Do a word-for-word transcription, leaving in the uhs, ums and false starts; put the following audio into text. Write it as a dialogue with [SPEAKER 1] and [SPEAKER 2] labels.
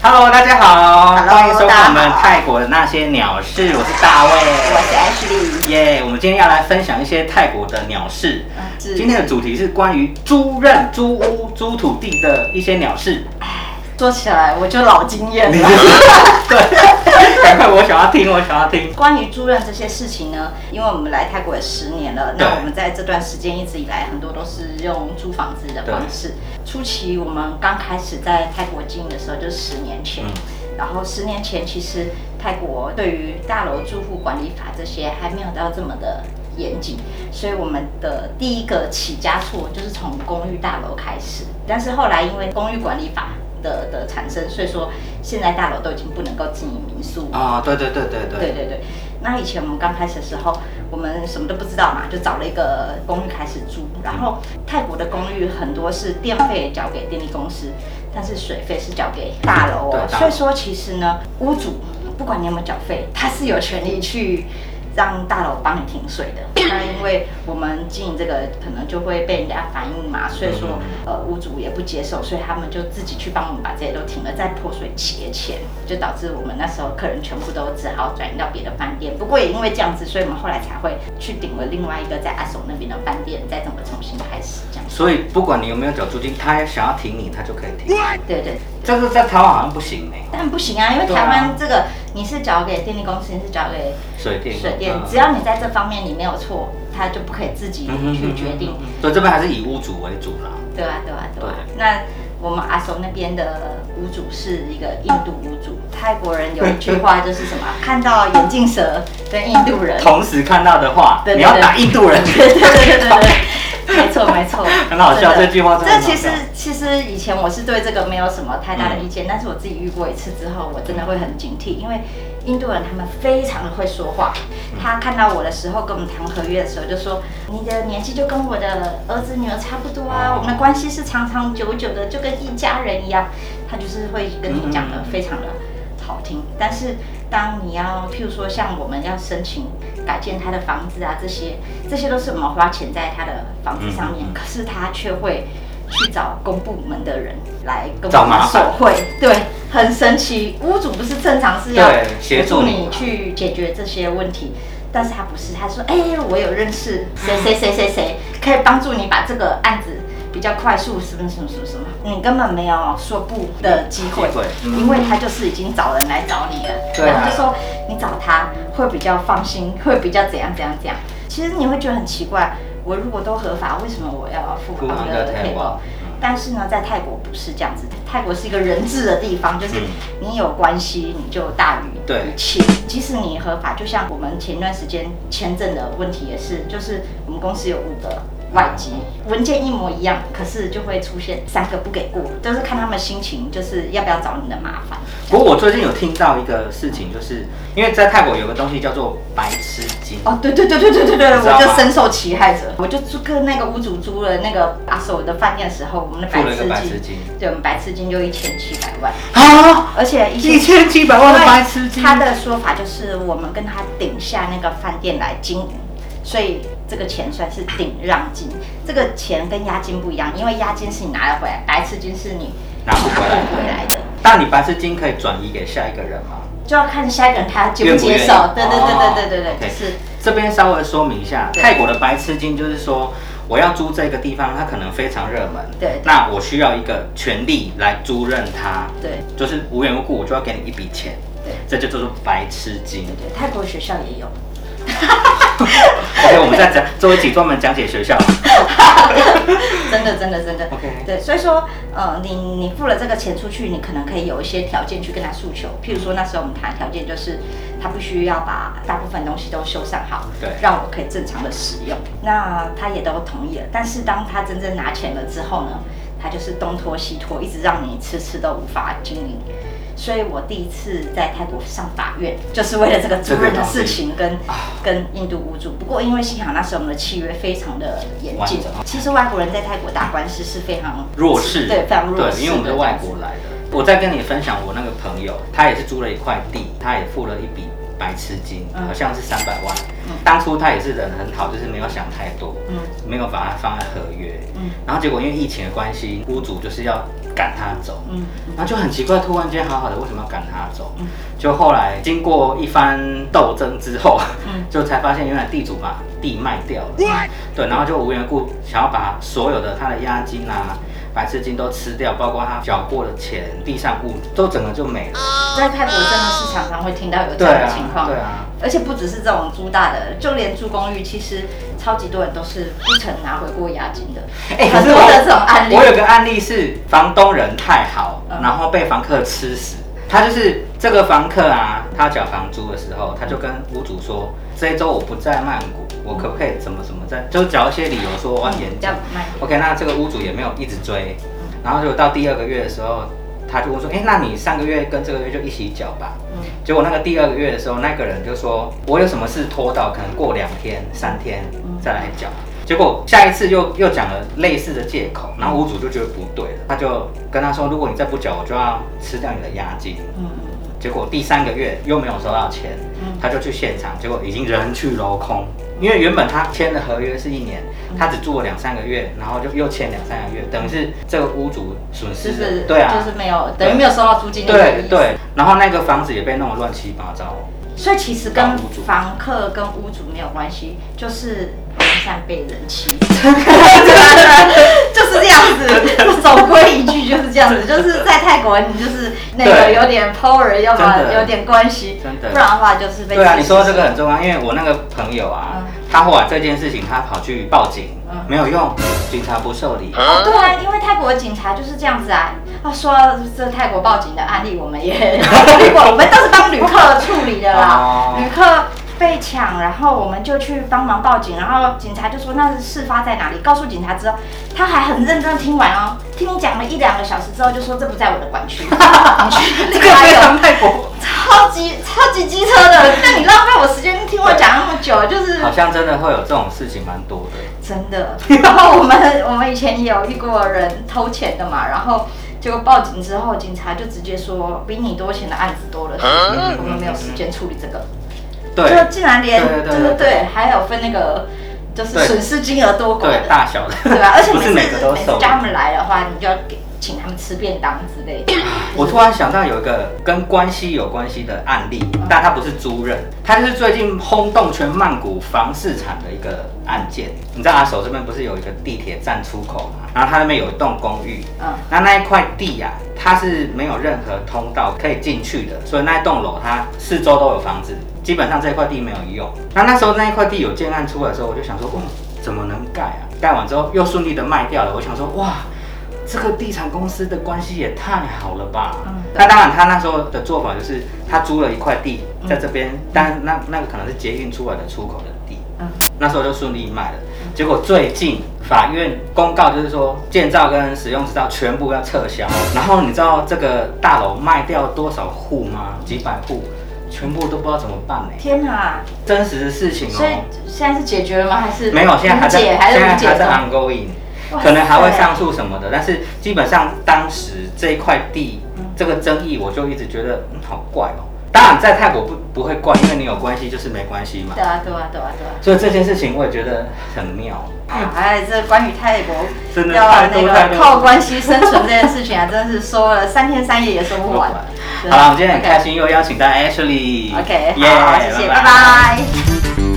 [SPEAKER 1] Hello， 大家好
[SPEAKER 2] Hello，
[SPEAKER 1] 欢迎收看我们泰国的那些鸟事，我是大卫，
[SPEAKER 2] 我是 Ashley，
[SPEAKER 1] 耶、yeah, 我们今天要来分享一些泰国的鸟事。嗯、今天的主题是关于租赁、租屋、租土地的一些鸟事。
[SPEAKER 2] 说起来我就老经验了，
[SPEAKER 1] 对，赶快，我想要听，我想要听。
[SPEAKER 2] 关于租赁这些事情呢，因为我们来泰国也十年了，那我们在这段时间一直以来，很多都是用租房子的方式。初期我们刚开始在泰国经营的时候，就是十年前。嗯、然后十年前，其实泰国对于大楼住户管理法这些还没有到这么的严谨，所以我们的第一个起家错就是从公寓大楼开始。但是后来因为公寓管理法的的产生，所以说现在大楼都已经不能够经营民宿
[SPEAKER 1] 啊、哦，对对对对对
[SPEAKER 2] 对对对。那以前我们刚开始的时候，我们什么都不知道嘛，就找了一个公寓开始租。然后泰国的公寓很多是电费交给电力公司，但是水费是交给大楼哦。所以说其实呢，屋主不管你有没有缴费，他是有权利去让大楼帮你停水的。那因为我们经营这个可能就会被人家反映嘛，所以说呃屋主也不接受，所以他们就自己去帮我们把这些都停了，再泼水节钱，就导致我们那时候客人全部都只好转移到别的饭店。不过也因为这样子，所以我们后来才会去顶了另外一个在阿首那边的饭店，再怎么重新开始这样。
[SPEAKER 1] 所以不管你有没有缴租金，他想要停你，他就可以停。
[SPEAKER 2] 对对。
[SPEAKER 1] 这个在台湾好像不行哎。
[SPEAKER 2] 但不行啊，因为台湾这个你是缴给电力公司，你是缴给
[SPEAKER 1] 水电，
[SPEAKER 2] 水电，只要你在这方面你没有错，他就不可以自己去决定。
[SPEAKER 1] 所以这边还是以屋主为主啦。
[SPEAKER 2] 对啊，对啊，对啊。那我们阿首那边的屋主是一个印度屋主。泰国人有一句话就是什么？看到眼镜蛇跟印度人
[SPEAKER 1] 同时看到的话，你要打印度人。
[SPEAKER 2] 对对对对对对。没错没错，
[SPEAKER 1] 很好笑这句话真的。
[SPEAKER 2] 这其实其实以前我是对这个没有什么太大的意见，嗯、但是我自己遇过一次之后，我真的会很警惕，因为印度人他们非常的会说话。他看到我的时候，跟我们谈合约的时候就说：“你的年纪就跟我的儿子女儿差不多啊，我们的关系是长长久久的，就跟一家人一样。”他就是会跟你讲的非常的好听，但是当你要，譬如说像我们要申请改建他的房子啊，这些这些都是我们花钱在他的房子上面，嗯、可是他却会去找公部门的人来跟我们索贿，对，很神奇。屋主不是正常是要协助你去解决这些问题，但是他不是，他说，哎、欸，我有认识谁谁谁谁谁，可以帮助你把这个案子比较快速，什么什么什么什么，你根本没有说不的机会，嗯、因为他就是已经找人来找你了，对啊、然后就说你找他会比较放心，会比较怎样怎样怎样。其实你会觉得很奇怪，我如果都合法，为什么我要付他们的 table？但是呢，在泰国不是这样子，泰国是一个人治的地方，就是你有关系你就大于一切。即使你合法，就像我们前段时间签证的问题也是，就是我们公司有五个外籍，文件一模一样，可是就会出现三个不给过，都是看他们心情，就是要不要找你的麻烦。
[SPEAKER 1] 不过我最近有听到一个事情，就是因为在泰国有个东西叫做白痴金。
[SPEAKER 2] 哦，对对对对对对对，我就深受其害者。我就跟那个屋主租了那个阿首的饭店的时候，我们的白痴金，对，我们白痴金就一千七百万啊，而且
[SPEAKER 1] 一千七百万的白痴金。
[SPEAKER 2] 他的说法就是我们跟他顶下那个饭店来经营。所以这个钱算是顶让金，这个钱跟押金不一样，因为押金是你拿得回来，白痴金是你
[SPEAKER 1] 拿不回来
[SPEAKER 2] 回来的。
[SPEAKER 1] 但你白痴金可以转移给下一个人吗？
[SPEAKER 2] 就要看下一个人他接不接受。对对对对对对对，就是
[SPEAKER 1] 这边稍微说明一下，泰国的白痴金就是说，我要租这个地方，它可能非常热门，
[SPEAKER 2] 对，
[SPEAKER 1] 那我需要一个权利来租赁它，
[SPEAKER 2] 对，
[SPEAKER 1] 就是无缘无故我就要给你一笔钱，
[SPEAKER 2] 对，
[SPEAKER 1] 这就叫做白痴金。
[SPEAKER 2] 对对，泰国学校也有。
[SPEAKER 1] OK， 我们再讲做一集专门讲解学校。
[SPEAKER 2] 真的，真的，真的。
[SPEAKER 1] OK，
[SPEAKER 2] 对，所以说，呃，你你付了这个钱出去，你可能可以有一些条件去跟他诉求。譬如说，那时候我们谈的条件就是，他必须要把大部分东西都修缮好，
[SPEAKER 1] 对，
[SPEAKER 2] 让我可以正常的使用。那他也都同意了。但是当他真正拿钱了之后呢，他就是东拖西拖，一直让你迟迟都无法经营。所以我第一次在泰国上法院，就是为了这个租赁的事情跟跟印度屋主。不过因为幸好那时候我们的契约非常的严谨，其实外国人在泰国打官司是非常
[SPEAKER 1] 弱势，
[SPEAKER 2] 对，非常弱势，
[SPEAKER 1] 对，因为我们是外国来的。我再跟你分享我那个朋友，他也是租了一块地，他也付了一笔白痴金，
[SPEAKER 2] 嗯
[SPEAKER 1] 好像是三百万。
[SPEAKER 2] 嗯
[SPEAKER 1] 当初他也是人很好，就是没有想太多，
[SPEAKER 2] 嗯
[SPEAKER 1] 没有把它放在合约。
[SPEAKER 2] 嗯
[SPEAKER 1] 然后结果因为疫情的关系，屋主就是要赶他走，
[SPEAKER 2] 嗯
[SPEAKER 1] 然后就很奇怪，突然间好好的，为什么要赶他走？
[SPEAKER 2] 嗯
[SPEAKER 1] 就后来经过一番斗争之后，
[SPEAKER 2] 嗯
[SPEAKER 1] 就才发现原来地主把地卖掉了，对，然后就无缘故想要把所有的他的押金啊、白痴金都吃掉，包括他缴过的钱、地上物都整个就没了。
[SPEAKER 2] 在泰国真的是常常会听到有这样的情况，
[SPEAKER 1] 对啊，
[SPEAKER 2] 而且不只是这种租大的，就连住公寓，其实超级多人都是不曾拿回过押金的。
[SPEAKER 1] 哎、
[SPEAKER 2] 很多的这种案例，
[SPEAKER 1] 我有个案例是房东人太好，
[SPEAKER 2] 嗯
[SPEAKER 1] 然后被房客吃死。他就是这个房客啊，他缴房租的时候，他就跟屋主说，这一周我不在曼谷，我可不可以怎么怎么在，就找一些理由说我要延缴。OK， 那这个屋主也没有一直追，然后就到第二个月的时候，他就问说，哎、欸，那你上个月跟这个月就一起缴吧。嗯、结果那个第二个月的时候，那个人就说，我有什么事拖到，可能过两天、三天再来缴。结果下一次又又讲了类似的借口，然后屋主就觉得不对了，他就跟他说，如果你再不缴，我就要吃掉你的押金。嗯、结果第三个月又没有收到钱，嗯、他就去现场，结果已经人去楼空，因为原本他签的合约是一年，他只住了两三个月，然后就又签两三个月，等于是这个屋主损失了，对啊，
[SPEAKER 2] 就是没有等于没有收到租金的
[SPEAKER 1] 对对，然后那个房子也被弄得乱七八糟。
[SPEAKER 2] 所以其实跟房客跟屋主没有关系，就是人善被人欺，就是这样子。总归一句就是这样子，就是在泰国你就是那个有点 power， 要不然有点关系，
[SPEAKER 1] 真的，
[SPEAKER 2] 不然的话就是被。
[SPEAKER 1] 对啊，你说这个很重要，因为我那个朋友啊，嗯、他后来这件事情他跑去报警，嗯、没有用，警察不受理。
[SPEAKER 2] 哦，对啊，因为泰国的警察就是这样子啊。啊，说到这泰国报警的案例，我们也处理过，我们都是帮旅客处理的啦。哦、旅客被抢，然后我们就去帮忙报警，然后警察就说那是事发在哪里，告诉警察之后，他还很认真听完哦，听你讲了一两个小时之后，就说这不在我的管区，你去另外一个泰国，超级超级机车的，那你浪费我时间听我讲那么久，就是
[SPEAKER 1] 好像真的会有这种事情蛮多的，
[SPEAKER 2] 真的。然后我们我们以前也有遇过人偷钱的嘛，然后。结果报警之后，警察就直接说比你多钱的案子多了，嗯、我们没有时间处理这个。
[SPEAKER 1] 对，
[SPEAKER 2] 就竟然连对对 对, 对，还有分那个就是损失金额多寡的，
[SPEAKER 1] 对大小的，
[SPEAKER 2] 对吧？而且每次
[SPEAKER 1] 每次
[SPEAKER 2] 每次叫他们来的话，你就要给请他们吃便当之类的。
[SPEAKER 1] 我突然想到有一个跟关系有关系的案例，嗯、但它不是租赁，它就是最近轰动全曼谷房市场的一个案件。你知道阿手这边不是有一个地铁站出口吗？然后它那边有一栋公寓，嗯，那那一块地呀、啊，它是没有任何通道可以进去的，所以那一栋楼它四周都有房子，基本上这块地没有用。那那时候那一块地有建案出来的时候，我就想说，哦，怎么能盖啊？盖完之后又顺利的卖掉了，我想说，哇，这个地产公司的关系也太好了吧？嗯，那当然他那时候的做法就是他租了一块地在这边，嗯、但那那个可能是捷运出来的出口的地，嗯，那时候就顺利卖了。结果最近法院公告就是说，建造跟使用执照全部要撤销。然后你知道这个大楼卖掉多少户吗？几百户，全部都不知道怎么办呢、欸？
[SPEAKER 2] 天哪！真
[SPEAKER 1] 实的事情哦。
[SPEAKER 2] 所以现在是解决了吗？还是
[SPEAKER 1] 没有？现在还在，
[SPEAKER 2] 现在
[SPEAKER 1] 还在 ongoing， 可能还会上诉什么的。但是基本上当时这一块地、嗯、这个争议，我就一直觉得、嗯、好怪哦。当然，在泰国不不会怪，因为你有关系就是没关系嘛。
[SPEAKER 2] 对啊，对啊，对啊，对啊。
[SPEAKER 1] 所以这件事情我也觉得很妙。
[SPEAKER 2] 哎，这关于泰国
[SPEAKER 1] 真的
[SPEAKER 2] 要那个靠关系生存这件事情啊，真的是说了三天三夜也说不完。
[SPEAKER 1] 好了，我们今天很开心又邀请到 Ashley。
[SPEAKER 2] OK， 好，谢谢，拜拜。